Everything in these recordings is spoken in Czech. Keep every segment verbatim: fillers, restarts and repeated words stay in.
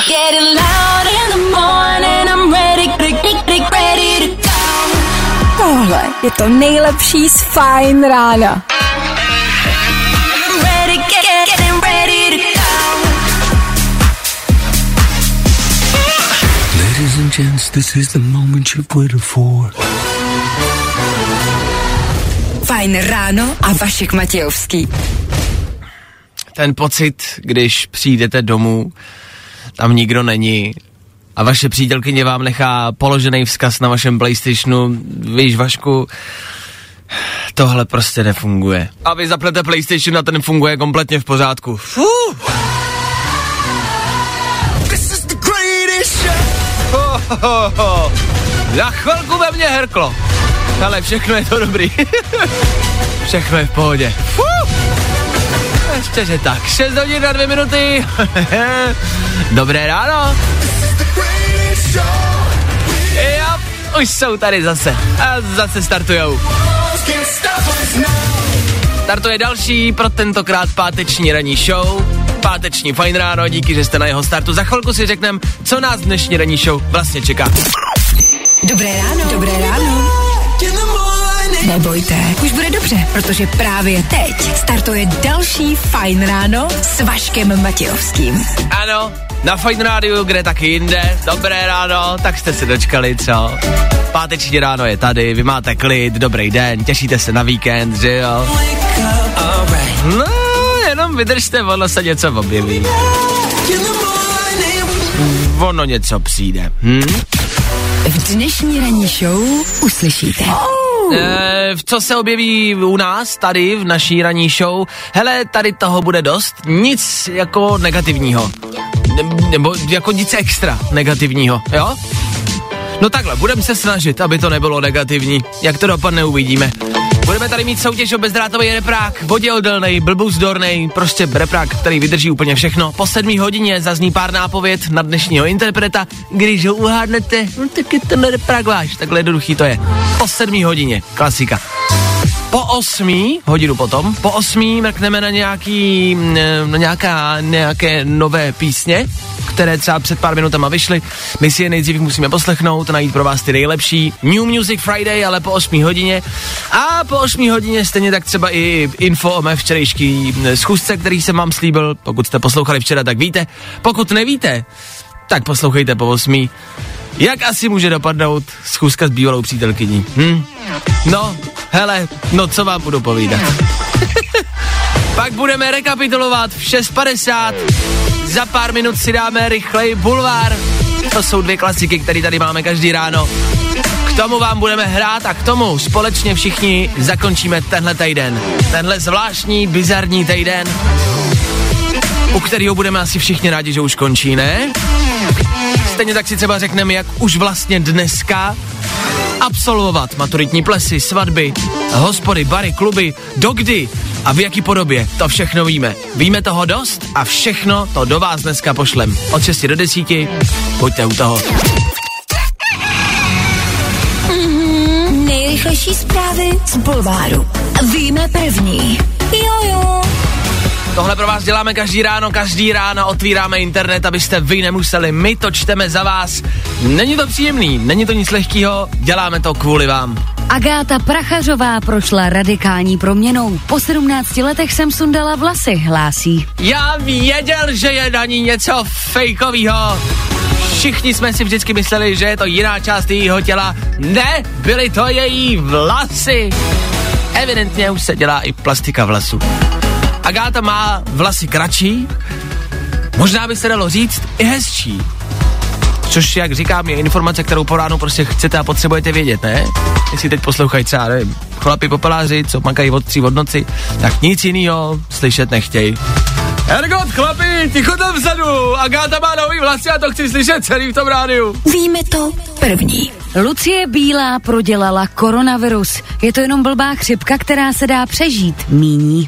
Tohle je to nejlepší z Fajn rána. Ladies and gents, this is the moment you've waited for. Fajn ráno a Vašek Matějovský. Ten pocit, když přijdete domů, tam nikdo není a vaše přítelkyně vám nechá položený vzkaz na vašem PlayStationu, víš, Vašku, tohle prostě nefunguje. A vy zaplete PlayStation a ten funguje kompletně v pořádku. Fuh. Ho, ho, ho. Za chvilku ve mně herklo. Ale všechno je to dobrý. Všechno je v pohodě. Fuh. Ještě, že tak. šest hodin a dvě minuty. Dobré ráno. Jo, už jsou tady zase. A zase startujou. Startuje další, pro tentokrát páteční ranní show. Páteční Fajn ráno, díky, že jste na jeho startu. Za chvilku si řekneme, co nás dnešní ranní show vlastně čeká. Dobré ráno. Dobré ráno. Nebojte, už bude dobře, protože právě teď startuje další Fajn ráno s Vaškem Matějovským. Ano, na Fajn rádiu, kde taky jinde. Dobré ráno, tak jste se dočkali, co? Páteční ráno je tady, vy máte klid, dobrý den, těšíte se na víkend, že jo? No, jenom vydržte, ono se něco objeví. Ono něco přijde, hm? V dnešní ranní show uslyšíte. E, co se objeví u nás, tady v naší ranní show? Hele, tady toho bude dost, nic jako negativního. Ne, nebo jako nic extra negativního, jo? No takhle, budeme se snažit, aby to nebylo negativní. Jak to dopadne, uvidíme. Budeme tady mít soutěž o bezdrátový reprák, voděodolnej, blbouzdornej, prostě reprák, který vydrží úplně všechno. Po sedmý hodině zazní pár nápověd na dnešního interpreta. Když ho uhádnete, no tak je ten reprák váš, takhle jednoduchý to je. Po sedmý hodině, klasika. Po osmý hodinu potom, po osmý mrkneme na nějaký, na nějaká, nějaké nové písně, které třeba před pár minutama vyšly. My si je nejdřív musíme poslechnout, najít pro vás ty nejlepší. New Music Friday, ale po osmý hodině. A po osmý hodině stejně tak třeba i info o mé včerejšky schůzce, který jsem vám slíbil. Pokud jste poslouchali včera, tak víte. Pokud nevíte, tak poslouchejte po osmý. Jak asi může dopadnout schůzka s bývalou přítelkyní? Hm? No, hele, no co vám budu povídat. Pak budeme rekapitulovat v šest padesát. Za pár minut si dáme rychlej bulvár. To jsou dvě klasiky, které tady máme každý ráno. K tomu vám budeme hrát a k tomu společně všichni zakončíme tenhle týden. Tenhle zvláštní, bizarní týden, u kterého budeme asi všichni rádi, že už končí, ne? Stejně tak si třeba řekneme, jak už vlastně dneska absolvovat maturitní plesy, svatby, hospody, bary, kluby, dokdy a v jaký podobě, to všechno víme. Víme toho dost a všechno to do vás dneska pošlem. Od šesti do desíti, buďte u toho. Mm-hmm, nejrychlejší zprávy z bulváru. Víme první. Jojo. Tohle pro vás děláme každý ráno, každý ráno otvíráme internet, abyste vy nemuseli, my to čteme za vás. Není to příjemný, není to nic lehkýho, děláme to kvůli vám. Agáta Prachařová prošla radikální proměnou. Po sedmnácti letech jsem sundala vlasy, hlásí. Já věděl, že je na ní něco fejkovýho. Všichni jsme si vždycky mysleli, že je to jiná část jejího těla. Ne, byly to její vlasy. Evidentně už se dělá i plastika vlasů. Agáta má vlasy kratší, možná by se dalo říct i hezčí. Což, jak říkám, je informace, kterou po ránu prostě chcete a potřebujete vědět, ne? Jestli teď poslouchají třeba, nevím, chlapi popeláři, co makají od tří od noci, tak nic jinýho slyšet nechtějí. Ergot, chlapi, ticho tam vzadu, Agáta má nový vlasy a to chci slyšet celý v tom rádiu. Víme to první. Lucie Bílá prodělala koronavirus. Je to jenom blbá chřipka, která se dá přežít, míní.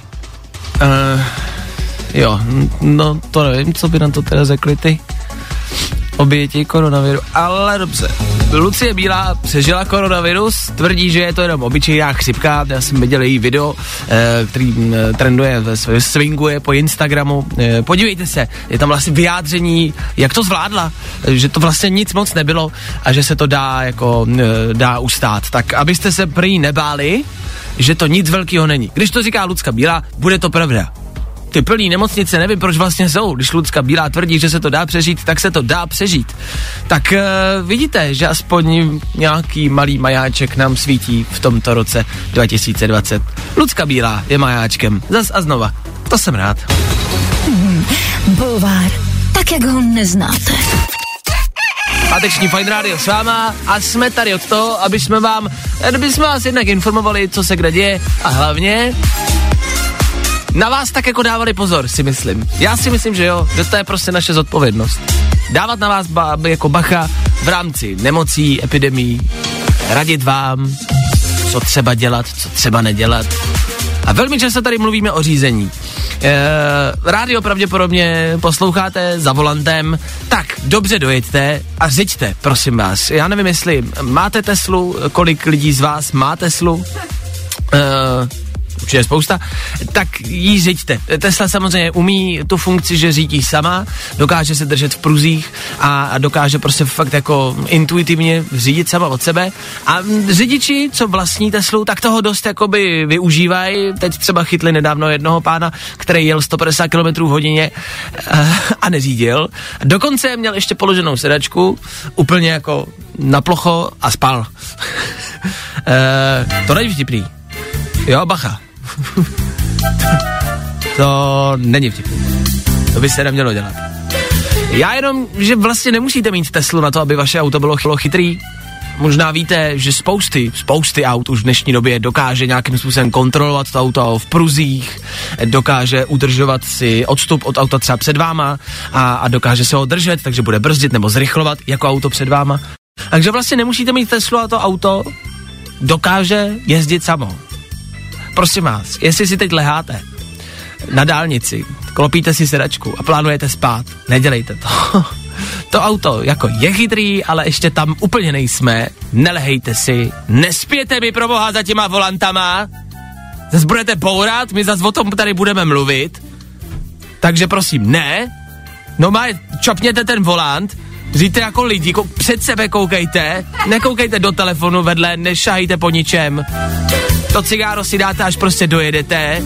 Uh, jo, no to nevím, co by na to teda řekli ty oběti koronaviru, ale dobře. Lucie Bílá přežila koronavirus, tvrdí, že je to jenom obyčejná chřipka. Já jsem viděl její video, který trenduje, swinguje po Instagramu. Podívejte se, je tam vlastně vyjádření, jak to zvládla, že to vlastně nic moc nebylo a že se to dá jako dá ustát. Tak abyste se prý nebáli, že to nic velkého není. Když to říká Lucka Bílá, bude to pravda. Ty plný nemocnice, nevím, proč vlastně jsou. Když Lucka Bílá tvrdí, že se to dá přežít, tak se to dá přežít. Tak uh, vidíte, že aspoň nějaký malý majáček nám svítí v tomto roce dva tisíce dvacet. Lucka Bílá je majáčkem. Zas a znova. To jsem rád. Hmm, bulvár. Tak, jak ho neznáte. Páteční Fajn rádio s váma a jsme tady od toho, aby jsme vám, aby jsme vás jednak informovali, co se kde děje a hlavně na vás tak jako dávali pozor, si myslím. Já si myslím, že jo, že to je prostě naše zodpovědnost. Dávat na vás ba, jako bacha v rámci nemocí, epidemií, radit vám, co třeba dělat, co třeba nedělat. A velmi často tady mluvíme o řízení. E, rádio pravděpodobně posloucháte za volantem, tak dobře dojeďte a řiďte, prosím vás. Já nevím, jestli máte Teslu, kolik lidí z vás má Teslu, e, určitě je spousta, tak jí řiďte. Tesla samozřejmě umí tu funkci, že řídí sama, dokáže se držet v pruzích a dokáže prostě fakt jako intuitivně řídit sama od sebe. A řidiči, co vlastní Teslu, tak toho dost jakoby využívají. Teď třeba chytli nedávno jednoho pána, který jel sto padesát kilometrů v hodině a neřídil. Dokonce měl ještě položenou sedačku, úplně jako na plocho a spal. e, to není vtipný. Jo, bacha. To není vtipný. To by se nemělo dělat. Já jenom, že vlastně nemusíte mít Teslu na to, aby vaše auto bylo chytrý. Možná víte, že spousty, spousty aut už v dnešní době dokáže nějakým způsobem kontrolovat to auto v pruzích, dokáže udržovat si odstup od auta třeba před váma a, a dokáže se ho držet, takže bude brzdit nebo zrychlovat jako auto před váma. Takže vlastně nemusíte mít Teslu a to auto dokáže jezdit samo. Prosím vás, jestli si teď leháte na dálnici, klopíte si sedačku a plánujete spát, nedělejte to. To auto jako je chytrý, ale ještě tam úplně nejsme, nelehejte si, nespěte mi pro boha za těma volantama, zase budete bourat, my zase o tom tady budeme mluvit, takže prosím, ne, no má, čopněte ten volant, říjte jako lidi, kou- před sebe koukejte, nekoukejte do telefonu vedle, nešahejte po ničem. To cigáro si dáte, až prostě dojedete.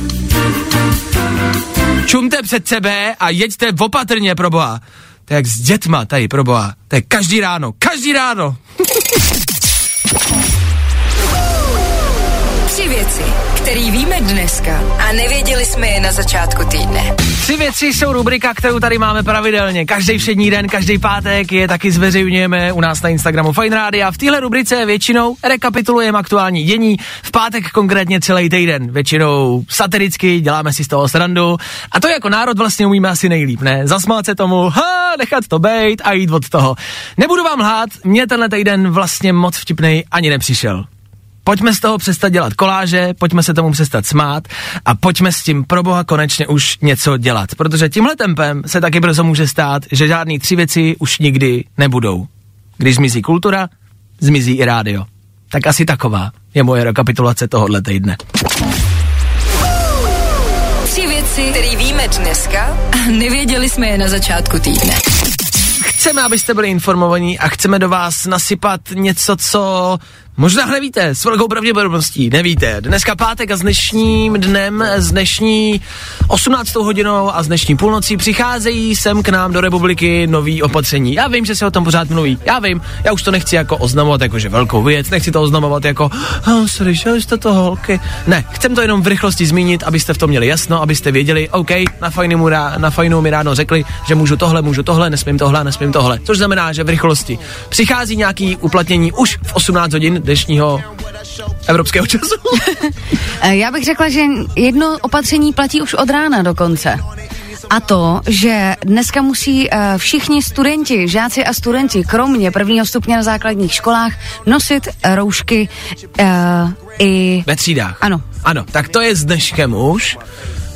Čumte před sebe a jeďte opatrně, proboha. To je jak s dětma tady, proboha. To je každý ráno, každý ráno. Tři věci, které víme dneska a nevěděli jsme je na začátku týdne. Tři věci jsou rubrika, kterou tady máme pravidelně. Každý všední den, každý pátek je taky zveřejňujeme u nás na Instagramu Fajn Rádia. V téhle rubrice většinou rekapitulujeme aktuální dění. V pátek konkrétně celý týden. Většinou satiricky, děláme si z toho srandu. A to jako národ vlastně umíme asi nejlíp, ne? Zasmát se tomu, ha, nechat to bejt a jít od toho. Nebudu vám lhát, mně tenhle týden vlastně moc vtipnej ani nepřišel. Pojďme z toho přestat dělat koláže, pojďme se tomu přestat smát a pojďme s tím proboha konečně už něco dělat, protože tímhle tempem se taky brzo může stát, že žádný tři věci už nikdy nebudou. Když zmizí kultura, zmizí i rádio. Tak asi taková je moje rekapitulace tohohle týdne. Tři věci, které víme dneska a nevěděli jsme je na začátku týdne. Chceme, abyste byli informovaní a chceme do vás nasypat něco, co možná nevíte, s velkou pravděpodobností nevíte. Dneska pátek a s dnešním dnem, s dnešní osmnáctou hodinou a s dnešní půlnocí přicházejí sem k nám do republiky nový opatření. Já vím, že se o tom pořád mluví, já vím, já už to nechci jako oznamovat jako, že velkou věc, nechci to oznamovat jako, oh, sorry, že jste to holky. Ne, chcem to jenom v rychlosti zmínit, abyste v tom měli jasno, abyste věděli, OK, na fajnu, na fajnu mi ráno řekli, že můžu tohle, můžu tohle, nesmím tohle, nesmím tohle. Což znamená, že v rychlosti přichází nějaký uplatnění už v osmnáct hodin dnešního evropského času. Já bych řekla, že jedno opatření platí už od rána dokonce. A to, že dneska musí uh, všichni studenti, žáci a studenti, kromě prvního stupně na základních školách, nosit roušky uh, i... Ve třídách. Ano. Ano, tak to je s dneškem už.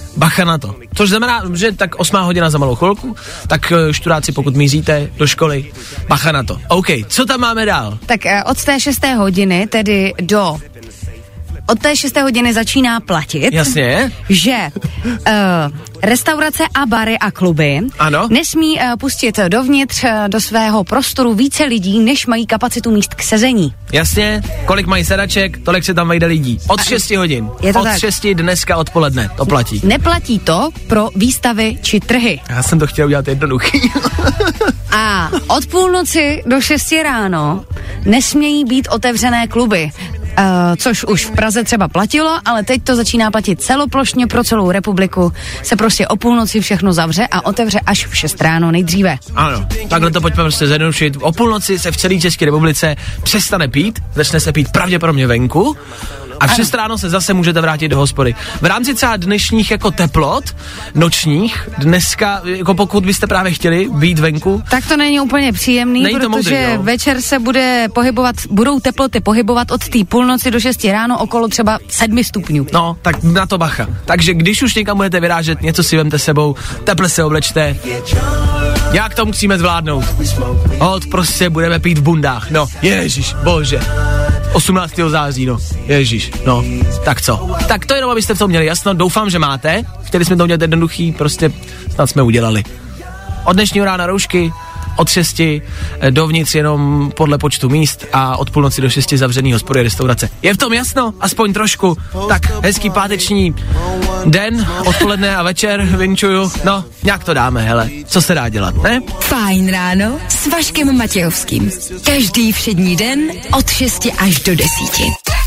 Bacha na to. Což znamená, že tak osmá hodina za malou chvilku, tak študáci, pokud míříte do školy, bacha na to. OK, co tam máme dál? Tak od té šesté hodiny, tedy do... Od té šesté hodiny začíná platit, Jasně. že uh, restaurace a bary a kluby ano. nesmí uh, pustit dovnitř uh, do svého prostoru více lidí, než mají kapacitu míst k sezení. Jasně, kolik mají sedaček, tolik se tam vejde lidí. Od šesti hodin. Je to Od tak. šesti dneska odpoledne, to platí. Neplatí to pro výstavy či trhy. Já jsem to chtěl udělat jednoduchý. A od půlnoci do šesti ráno nesmějí být otevřené kluby. Uh, což už v Praze třeba platilo, ale teď to začíná platit celoplošně pro celou republiku. Se prostě o půlnoci všechno zavře a otevře až v šest ráno nejdříve. Ano, takhle to pojďme prostě zjednodušit. O půlnoci se v celé České republice přestane pít, začne se pít pravděpodobně venku a v šest ráno se zase můžete vrátit do hospody. V rámci třeba dnešních jako teplot, nočních, dneska, jako pokud byste právě chtěli být venku. Tak to není úplně příjemný, Není to protože moudrý, no. večer se bude pohybovat, budou teploty pohybovat od té půlnoci do šesti ráno okolo třeba sedmi stupňů. No, tak na to bacha. Takže když už někam budete vyrážet, něco si vemte sebou, teple se oblečte. Jak to musíme zvládnout? Hod, prostě budeme pít v bundách. No, ježiš, bože. osmnáctého září, no. Ježiš, no. Tak co? Tak to jenom, abyste v tom měli jasno. Doufám, že máte. Chtěli jsme to udělat jednoduchý, prostě snad jsme udělali. Od dnešního rána roušky, od šesti dovnitř jenom podle počtu míst a od půlnoci do šesti zavřený hospody, restaurace. Je v tom jasno? Aspoň trošku. Tak, hezký páteční den, odpoledne a večer, vinčuju. No, nějak to dáme, hele. Co se dá dělat, ne? Fajn ráno s Vaškem Matějovským. Každý všední den od šesti až do desíti.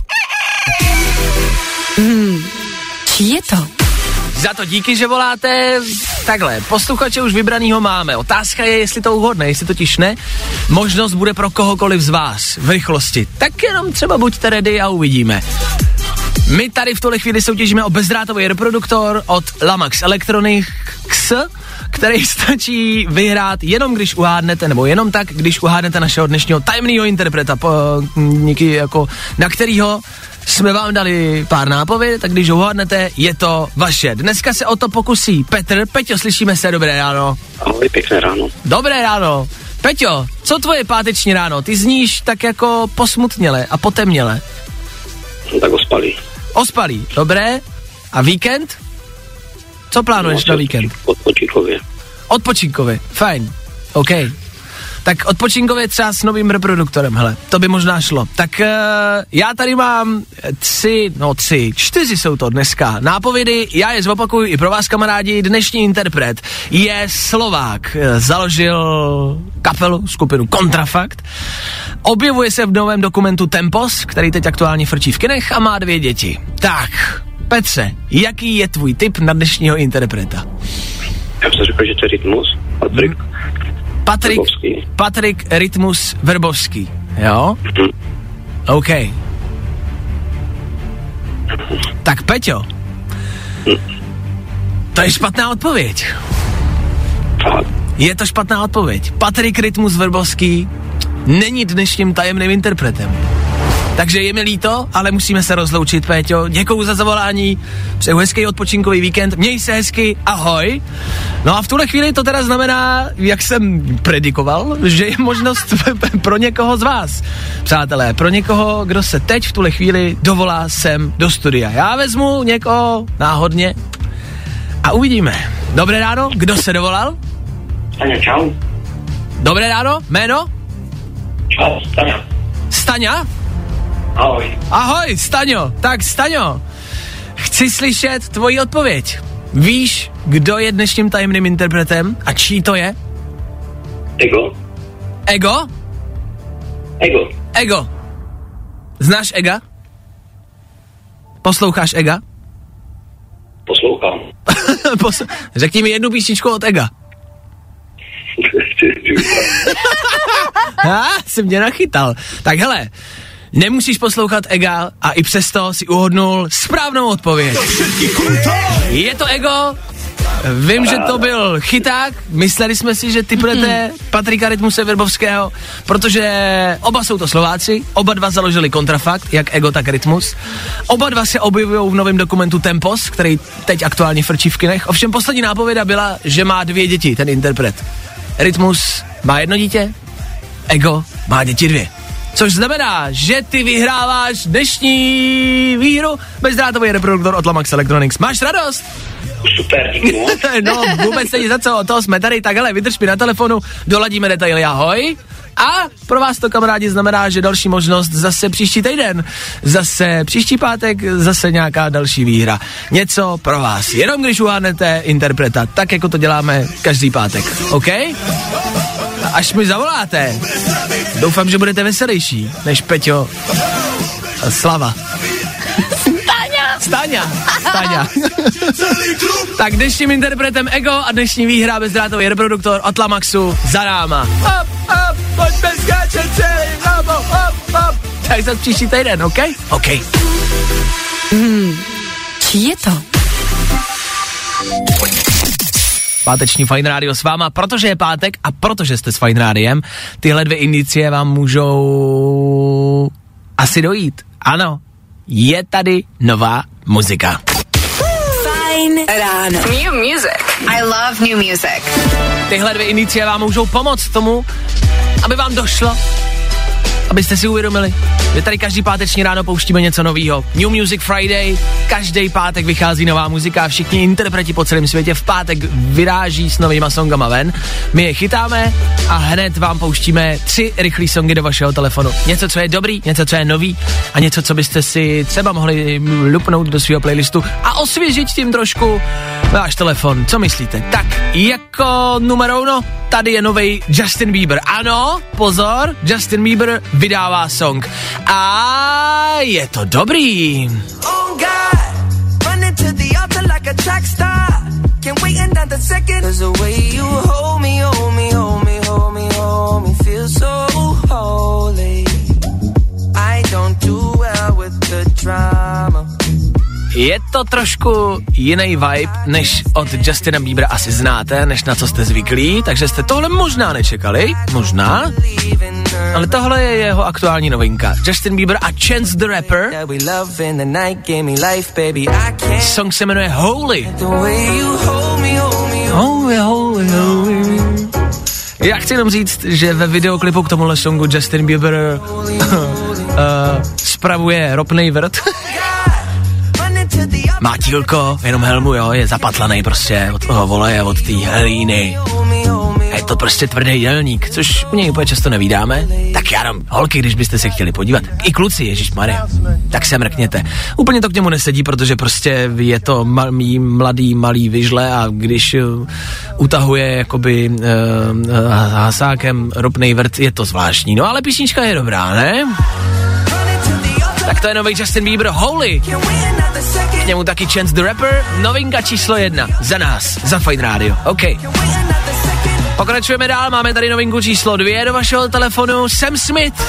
Hmm, čí je to? Za to díky, že voláte. Takhle, posluchače už vybranýho máme. Otázka je, jestli to uhodne, jestli totiž ne. Možnost bude pro kohokoliv z vás v rychlosti. Tak jenom třeba buďte ready a uvidíme. My tady v tuhle chvíli soutěžíme o bezdrátový reproduktor od Lamax Electronics, který stačí vyhrát jenom když uhádnete, nebo jenom tak, když uhádnete našeho dnešního tajemného interpreta, po, něký, jako, na kterýho jsme vám dali pár nápověd, tak když uhádnete, je to vaše. Dneska se o to pokusí Petr. Peťo, slyšíme se, dobré ráno. Ahoj, pěkné ráno. Dobré ráno. Peťo, co tvoje páteční ráno? Ty zníš tak jako posmutněle a potemněle. No, tak ospalý. Ospalý, dobré. A víkend? Co plánuješ no, na víkend? Odpočinkově. Odpočinkově, fajn, OK. Tak odpočinkově třeba s novým reproduktorem, hele, to by možná šlo. Tak uh, já tady mám tři, no tři, čtyři jsou to dneska nápovědy, já je zopakuju i pro vás, kamarádi. Dnešní interpret je Slovák, založil kapelu, skupinu Kontrafakt, objevuje se v novém dokumentu Tempos, který teď aktuálně frčí v kinech a má dvě děti. Tak, Petře, jaký je tvůj tip na dnešního interpreta? Já jsem řekl, že to je Rytmus, Patrik. Hmm. Patrik, Vrbovský. Patrik Rytmus Vrbovský, jo? Hmm. OK. Tak Peťo, hmm. to je špatná odpověď. Fakt. Je to špatná odpověď. Patrik Rytmus Vrbovský není dnešním tajemným interpretem. Takže je mi líto, ale musíme se rozloučit, Péťo. Děkuju za zavolání, přeju hezký odpočinkový víkend, měj se hezky, ahoj. No a v tuhle chvíli to teda znamená, jak jsem predikoval, že je možnost pro někoho z vás, přátelé, pro někoho, kdo se teď v tuhle chvíli dovolá sem do studia. Já vezmu někoho náhodně a uvidíme. Dobré ráno, kdo se dovolal? Staňa, čau. Dobré ráno, jméno? Čau, Staňa. Staňa? Ahoj. Ahoj, Staňo. Tak Staňo, chci slyšet tvoji odpověď. Víš, kdo je dnešním tajemným interpretem a čí to je? Ego. Ego? Ego. Ego. Znáš Ega? Posloucháš Ega? Poslouchám. Pos- Řekni mi jednu písničku od Ega. Já jsem mě nachytal. Tak hele, nemusíš poslouchat Ega a i přesto si uhodnul správnou odpověď. Je to Ego Vím, že to byl chyták, mysleli jsme si, že ty budete Patrika Rytmuse Virbovského, protože oba jsou to Slováci, oba dva založili Kontrafakt, jak Ego, tak Rytmus. Oba dva se objevují v novém dokumentu Tempos, který teď aktuálně frčí v kinech. Ovšem poslední nápověda byla, že má dvě děti, ten interpret. Rytmus má jedno dítě, Ego má děti dvě. Což znamená, že ty vyhráváš dnešní výhru bezdrátový reproduktor od Lamax Electronics. Máš radost? Super, díky moc. No, vůbec není za co, o toho jsme tady, tak hele, vydrž mi na telefonu, doladíme detaily, ahoj. A pro vás to, kamarádi, znamená, že další možnost zase příští týden, zase příští pátek, zase nějaká další výhra. Něco pro vás, jenom když uhádnete interpreta, tak jako to děláme každý pátek, OK? Až mi zavoláte, doufám, že budete veselější než Peťo a Slava. Stáňa! Stáňa! Stáňa. Tak dnešním interpretem Ego a dnešní výhra bezdrátový reproduktor od Lamaxu za náma. Hop, hop, pojďme skáčet celý hlavou, hop, hop. Tak zase příští týden, OK? OK. Hmm, čí je to? Páteční Fajn rádio s váma, protože je pátek a protože jste s Fajn rádiem, tyhle dvě indicie vám můžou asi dojít. Ano, je tady nová muzika. Fajn ráno. New music. I love new music. Tyhle dvě indicie vám můžou pomoct tomu, aby vám došlo, abyste si uvědomili, že tady každý páteční ráno pouštíme něco novýho. New Music Friday, každý pátek vychází nová muzika a všichni interpreti po celém světě v pátek vyráží s novýma songama ven. My je chytáme a hned vám pouštíme tři rychlý songy do vašeho telefonu. Něco, co je dobrý, něco, co je nový a něco, co byste si třeba mohli lupnout do svého playlistu a osvěžit tím trošku váš telefon. Co myslíte? Tak, jako numero uno, tady je novej Justin Bieber. Ano, pozor, Justin Bieber vydává song. A je to dobrý. Je to trošku jiný vibe, než od Justina Biebera asi znáte, než na co jste zvyklí, takže jste tohle možná nečekali, možná, ale tohle je jeho aktuální novinka. Justin Bieber a Chance the Rapper. Song se jmenuje Holy. Holy, holy, holy. Já chci jenom říct, že ve videoklipu k tomuhle songu Justin Bieber uh, spravuje ropnej vrt. Má tílko, jenom helmu, jo, je zapatlanej prostě od toho voleje, od té hlíny. A je to prostě tvrdý dělník, což u něj úplně často nevídáme. Tak já jenom, holky, když byste se chtěli podívat, i kluci, ježišmarja, tak se mrkněte. Úplně to k němu nesedí, protože prostě je to malý, mladý, malý vyžle a když uh, utahuje jakoby uh, uh, hasákem ropnej vrt, je to zvláštní. No ale písnička je dobrá, ne? Tak to je nový Justin Bieber, Holy. K němu taky Chance the Rapper, novinka číslo jedna, za nás, za Fajn rádio, OK. Pokračujeme dál, máme tady novinku číslo dvě do vašeho telefonu, Sam Smith.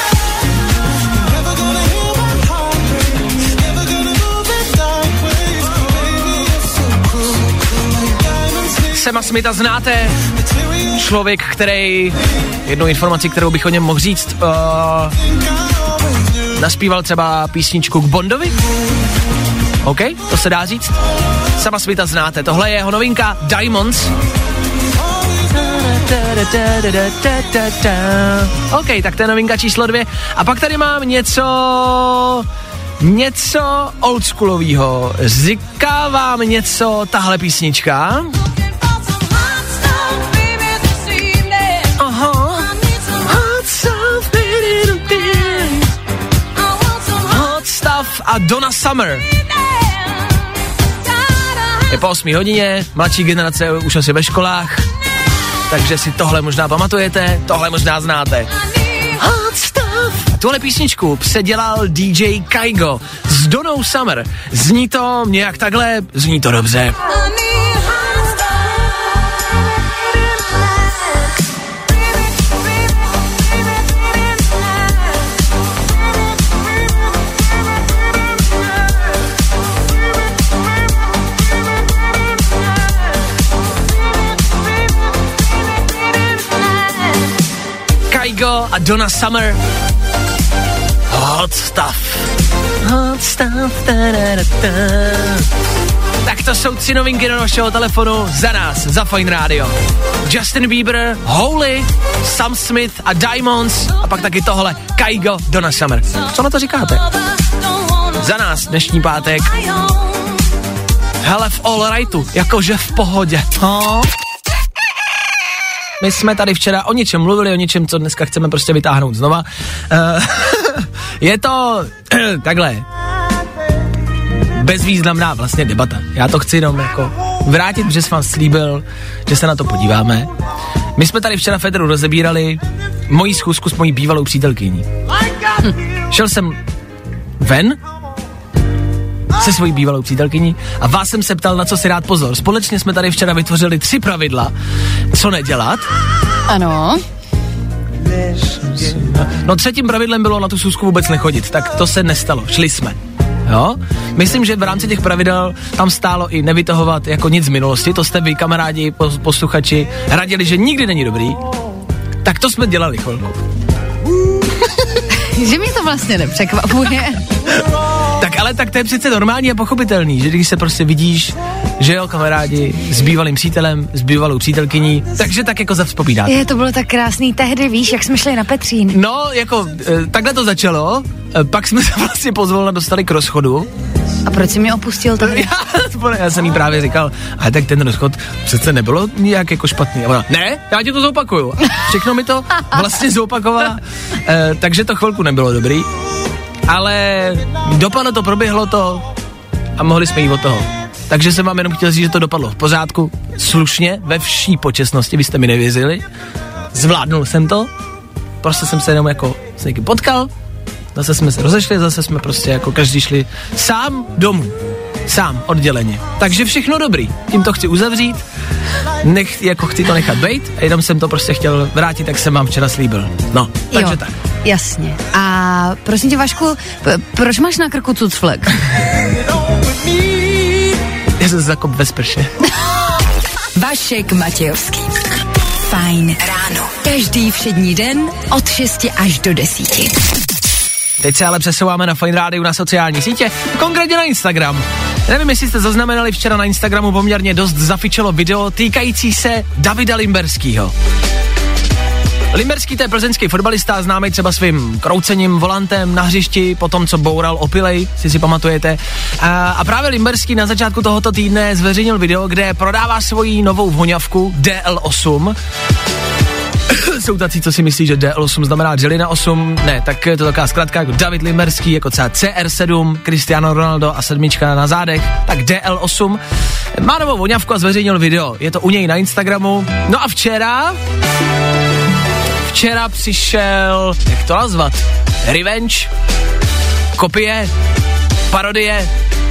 Sama Smitha znáte, člověk, který, jednu informaci, kterou bych o něm mohl říct, uh, naspíval třeba písničku k Bondovi. OK, to se dá říct. Sama Smitha znáte, tohle je jeho novinka Diamonds. OK, tak to je novinka číslo dvě. A pak tady mám něco... něco oldschoolovýho. Říká vám něco tahle písnička? Aha. Hot Stuff a Donna Summer. Je po osmé hodině, mladší generace už asi ve školách, takže si tohle možná pamatujete, tohle možná znáte. Hot Stuff. Tuhle písničku předělal D J Kygo s Donnou Summer. Zní to nějak takhle, zní to dobře. Kygo a Donna Summer. Hot stuff. Hot stuff. Da, da, da, da. Tak to jsou tři novinky do našeho telefonu za nás, za Fine Radio. Justin Bieber, Holy, Sam Smith a Diamonds a pak taky tohle, Kygo, Donna Summer. Co na to říkáte? Za nás dnešní pátek. Hele, v all rightu, jakože v pohodě. Oh. My jsme tady včera o něčem mluvili, o něčem, co dneska chceme prostě vytáhnout znova. Uh, je to takhle bezvýznamná vlastně debata. Já to chci jenom jako vrátit, protože jsem vám slíbil, že se na to podíváme. My jsme tady včera Federu rozebírali moji schůzku s mojí bývalou přítelkyní. Hm. Šel jsem ven se svojí bývalou přítelkyní a vás jsem se ptal, na co si dát pozor. Společně jsme tady včera vytvořili tři pravidla, co nedělat. Ano. No třetím pravidlem bylo na tu schůzku vůbec nechodit, tak to se nestalo, šli jsme. Jo? Myslím, že v rámci těch pravidel tam stálo i nevytahovat jako nic z minulosti, to jste vy, kamarádi, posluchači, radili, že nikdy není dobrý. Tak to jsme dělali chvilku. Že mi to vlastně nepřekvapuje. Tak ale tak to je přece normální a pochopitelný, že když se prostě vidíš, že jo, kamarádi, s bývalým přítelem, s bývalou přítelkyní, takže tak jako zavzpomínáte. Je, to bylo tak krásný tehdy, víš, jak jsme šli na Petřín. No, jako, e, takhle to začalo, e, pak jsme se vlastně pozvolna dostali k rozchodu. A proč jsi mě opustil tehdy? Já, já jsem jí právě říkal, ale tak ten rozchod přece nebylo nějak jako špatný. A ona, ne, já ti to zopakuju. Všechno mi to vlastně zopakovala, e, takže to chvilku nebylo dobrý. Ale dopadlo to, proběhlo to a mohli jsme jít od toho. Takže jsem vám jenom chtěl říct, že to dopadlo v pořádku, slušně, ve vší počestnosti, vy jste mi nevěřili. Zvládnul jsem to, prostě jsem se jenom jako s někým potkal, zase jsme se rozešli, zase jsme prostě jako každý šli sám domů, sám, odděleně. Takže všechno dobrý, tím to chci uzavřít, nech, jako chci to nechat bejt a jenom jsem to prostě chtěl vrátit, jak jsem vám včera slíbil. No, takže jo, tak. Jasně. A prosím tě, Vašku, p- proč máš na krku cucflek? Já jsem zakop ve sprše. Vašek Matějovský. Fajn ráno. Každý všední den od šesti až do desíti. Teď se ale přesouváme na Fajn Rádiu na sociální sítě, konkrétně na Instagram. Nevím, jestli jste zaznamenali, včera na Instagramu poměrně dost zafičelo video týkající se Davida Limberskýho. Limberský, to je plzeňský fotbalista, známý třeba svým kroucením volantem na hřišti, po tom, co boural opilej, si si pamatujete. A, a právě Limberský na začátku tohoto týdne zveřejnil video, kde prodává svoji novou voňavku D L osm. Jsou tací, co si myslí, že D L osm znamená Jelena osm, ne, tak je to taková zkratka jako David Limberský, jako třeba C R sedm, Cristiano Ronaldo a sedmička na zádech, tak D L osm. Má novou voňavku a zveřejnil video, je to u něj na Instagramu. No a včera... Včera přišel, jak to nazvat, revenge, kopie, parodie,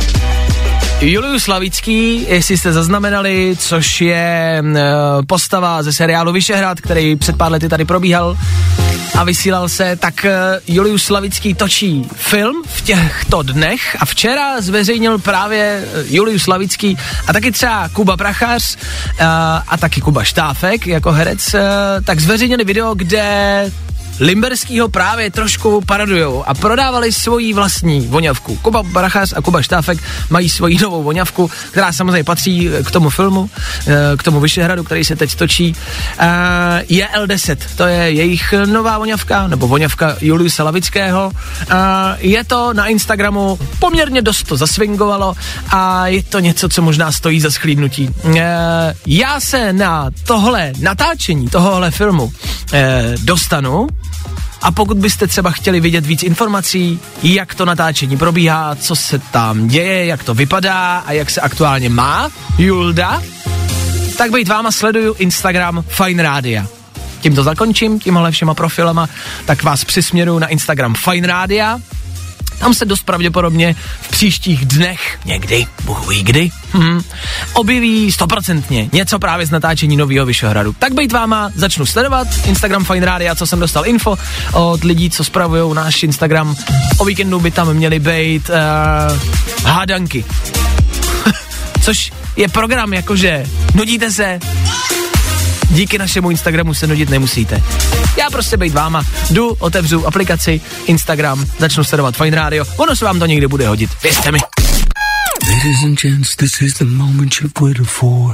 Julius Slavický, jestli jste zaznamenali, což je e, postava ze seriálu Vyšehrad, který před pár lety tady probíhal a vysílal se, tak e, Julius Slavický točí film v těchto dnech a včera zveřejnil právě Julius Slavický a taky třeba Kuba Prachař e, a taky Kuba Štáfek jako herec, e, tak zveřejnili video, kde Limberskýho právě trošku parodujou a prodávali svoji vlastní voňavku. Kuba Prachař a Kuba Štáfek mají svoji novou voňavku, která samozřejmě patří k tomu filmu, k tomu Vyšehradu, který se teď točí. Je L deset, to je jejich nová voňavka, nebo voňavka Juliuse Slavického. Je to na Instagramu, poměrně dost to zaswingovalo a je to něco, co možná stojí za shlídnutí. Já se na tohle natáčení, tohohle filmu dostanu. A pokud byste třeba chtěli vidět víc informací, jak to natáčení probíhá, co se tam děje, jak to vypadá a jak se aktuálně má Julda, tak bejt váma sleduju Instagram Fajn Rádia. Tím to zakončím, tímhle všema profilama, tak vás přisměruju na Instagram Fajn Rádia. Tam se dost pravděpodobně v příštích dnech, někdy, Bůh ví kdy, hm, objeví stoprocentně něco právě z natáčení nového Vyšehradu. Tak bejt váma, začnu sledovat Instagram Fajn Rádia, co jsem dostal info od lidí, co spravujou náš Instagram. O víkendu by tam měly bejt uh, hádanky. Což je program, jakože nudíte se, díky našemu Instagramu se nudit nemusíte. Já prostě bejt váma, jdu, otevřu aplikaci Instagram, začnu sledovat Fajn rádio, ono se vám to někdy bude hodit, věřte mi. Ladies and gents, this is the moment you've waited for.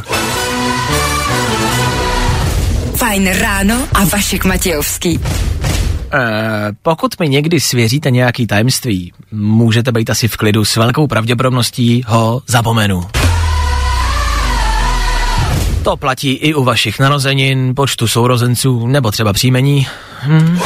Fajn ráno a Vašek Matějovský. Uh, pokud mi někdy svěříte nějaký tajemství, můžete být asi v klidu, s velkou pravděpodobností ho zapomenu. To platí i u vašich narozenin, počtu sourozenců nebo třeba příjmení. Hm.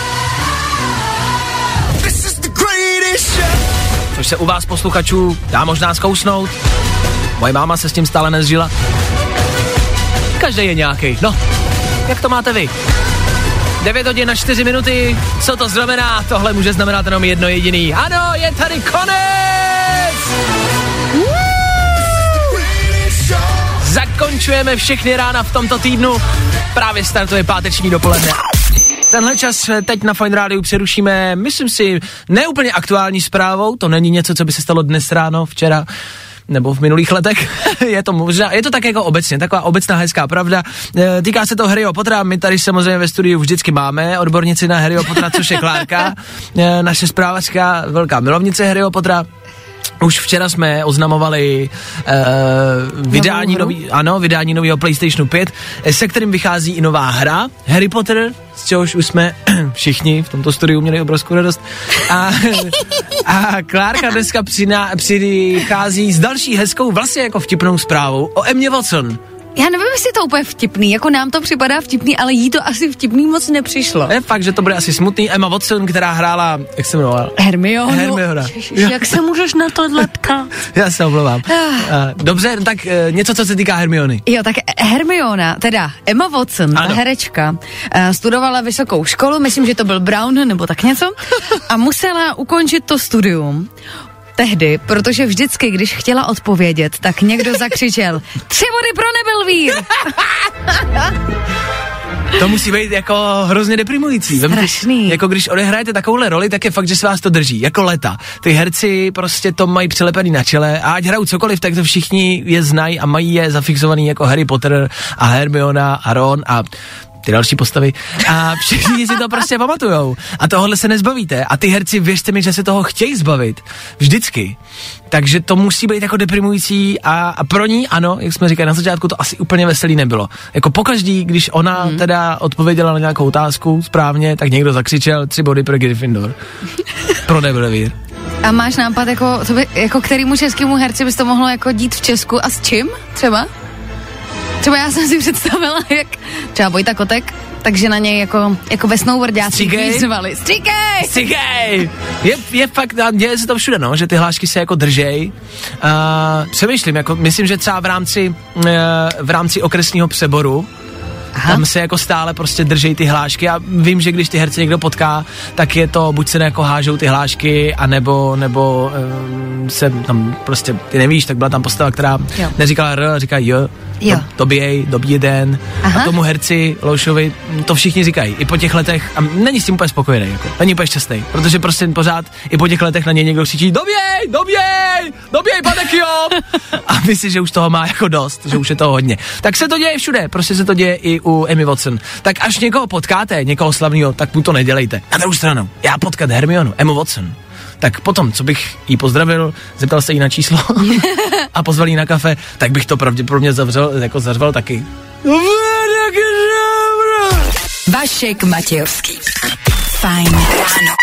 Což se u vás posluchačů dá možná zkousnout. Moje máma se s tím stále nezžila. Každý je nějaký. No, jak to máte vy? devět hodin na čtyři minuty, co to znamená? Tohle může znamenat jenom jedno jediný. Ano, je tady konec! Zakončujeme všechny rána v tomto týdnu. Právě startuje páteční dopoledne. Tenhle čas teď na Fajn rádiu přerušíme, myslím si, neúplně aktuální zprávou. To není něco, co by se stalo dnes ráno, včera nebo v minulých letech. je to možná, je to tak jako obecně, taková obecná hezká pravda. E, týká se to Harryho Pottera, my tady samozřejmě ve studiu vždycky máme odbornici na Harryho Pottera, což je Klárka, e, naše zprávačka, velká milovnice Harryho Pottera. Už včera jsme oznamovali uh, vydání nový, ano, vydání nového PlayStationu pět, se kterým vychází i nová hra Harry Potter, z čehož už jsme všichni v tomto studiu měli obrovskou radost. A, a Klárka dneska přiná, přichází s další hezkou, vlastně jako vtipnou zprávou o Emmě Watson. Já nevím, jestli je to úplně vtipný, jako nám to připadá vtipný, ale jí to asi vtipný moc nepřišlo. Je fakt, že to bude asi smutný. Emma Watson, která hrála, jak se jmenovala? Hermionu. Hermiona. Ježiš, jak se můžeš na to lepka? Já se omlouvám. Dobře, tak něco, co se týká Hermiony. Jo, tak Hermiona, teda Emma Watson, ta herečka, studovala vysokou školu, myslím, že to byl Brown nebo tak něco, a musela ukončit to studium. Tehdy, protože vždycky, když chtěla odpovědět, tak někdo zakřičel tři body pro Nebelvír. To musí být jako hrozně deprimující. Strašný. Jako když odehrajete takovouhle roli, tak je fakt, že se vás to drží. Jako leta. Ty herci prostě to mají přilepený na čele a ať hrajou cokoliv, tak to všichni je znají a mají je zafixovaný jako Harry Potter a Hermiona a Ron a ty další postavy a všichni si to prostě pamatujou a tohohle se nezbavíte a ty herci, věřte mi, že se toho chtějí zbavit vždycky, takže to musí být jako deprimující a, a pro ní, ano, jak jsme říkali na začátku, to asi úplně veselý nebylo, jako pokaždý, když ona hmm. teda odpověděla na nějakou otázku správně, tak někdo zakřičel tři body pro Gryffindor pro Nebelvír. A máš nápad, jako, co by, jako kterýmu českému herci bys to mohlo jako dít v Česku a s čím třeba? Třeba já jsem si představila, jak třeba Vojta Kotek, takže na něj jako, jako ve snowboardáci výzvali. Stříkej! Stříkej! Je, je fakt, děje se to všude, no, že ty hlášky se jako držej. Uh, přemýšlím, jako, myslím, že třeba v rámci, uh, v rámci okresního přeboru, aha, tam se jako stále prostě držej ty hlášky a vím, že když ty herce někdo potká, tak je to, buď se jako hážou ty hlášky, anebo, nebo um, se tam prostě, ty nevíš, tak byla tam postava, která jo. neříkala R, a říká J, jo. To, doběj, dobí jeden. Aha. A tomu herci Loušovi to všichni říkají, i po těch letech, a není s tím úplně spokojený, jako, není úplně šťastný, protože prostě pořád i po těch letech na něj někdo křičí doběj, doběj, doběj, Patekio! A myslí, že už toho má jako dost, že už je toho hodně. Tak se to děje všude, prostě se to děje i u Emmy Watson. Tak až někoho potkáte, někoho slavného, tak mu to nedělejte. Na druhou stranu, já potkat Hermionu, Emmu Watson, tak potom, co bych jí pozdravil, zeptal se jí na číslo a pozval jí na kafe, tak bych to pravděpodobně zavřel, jako zařval taky. Vašek Matějovský. Fajn ráno.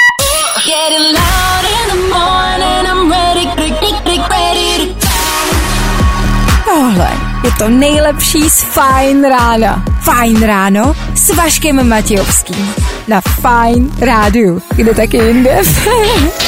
Tohle je to nejlepší z Fajn rána. Fajn ráno s Vaškem Matějovským. Na Fajn rádiu. Kde taky jinde?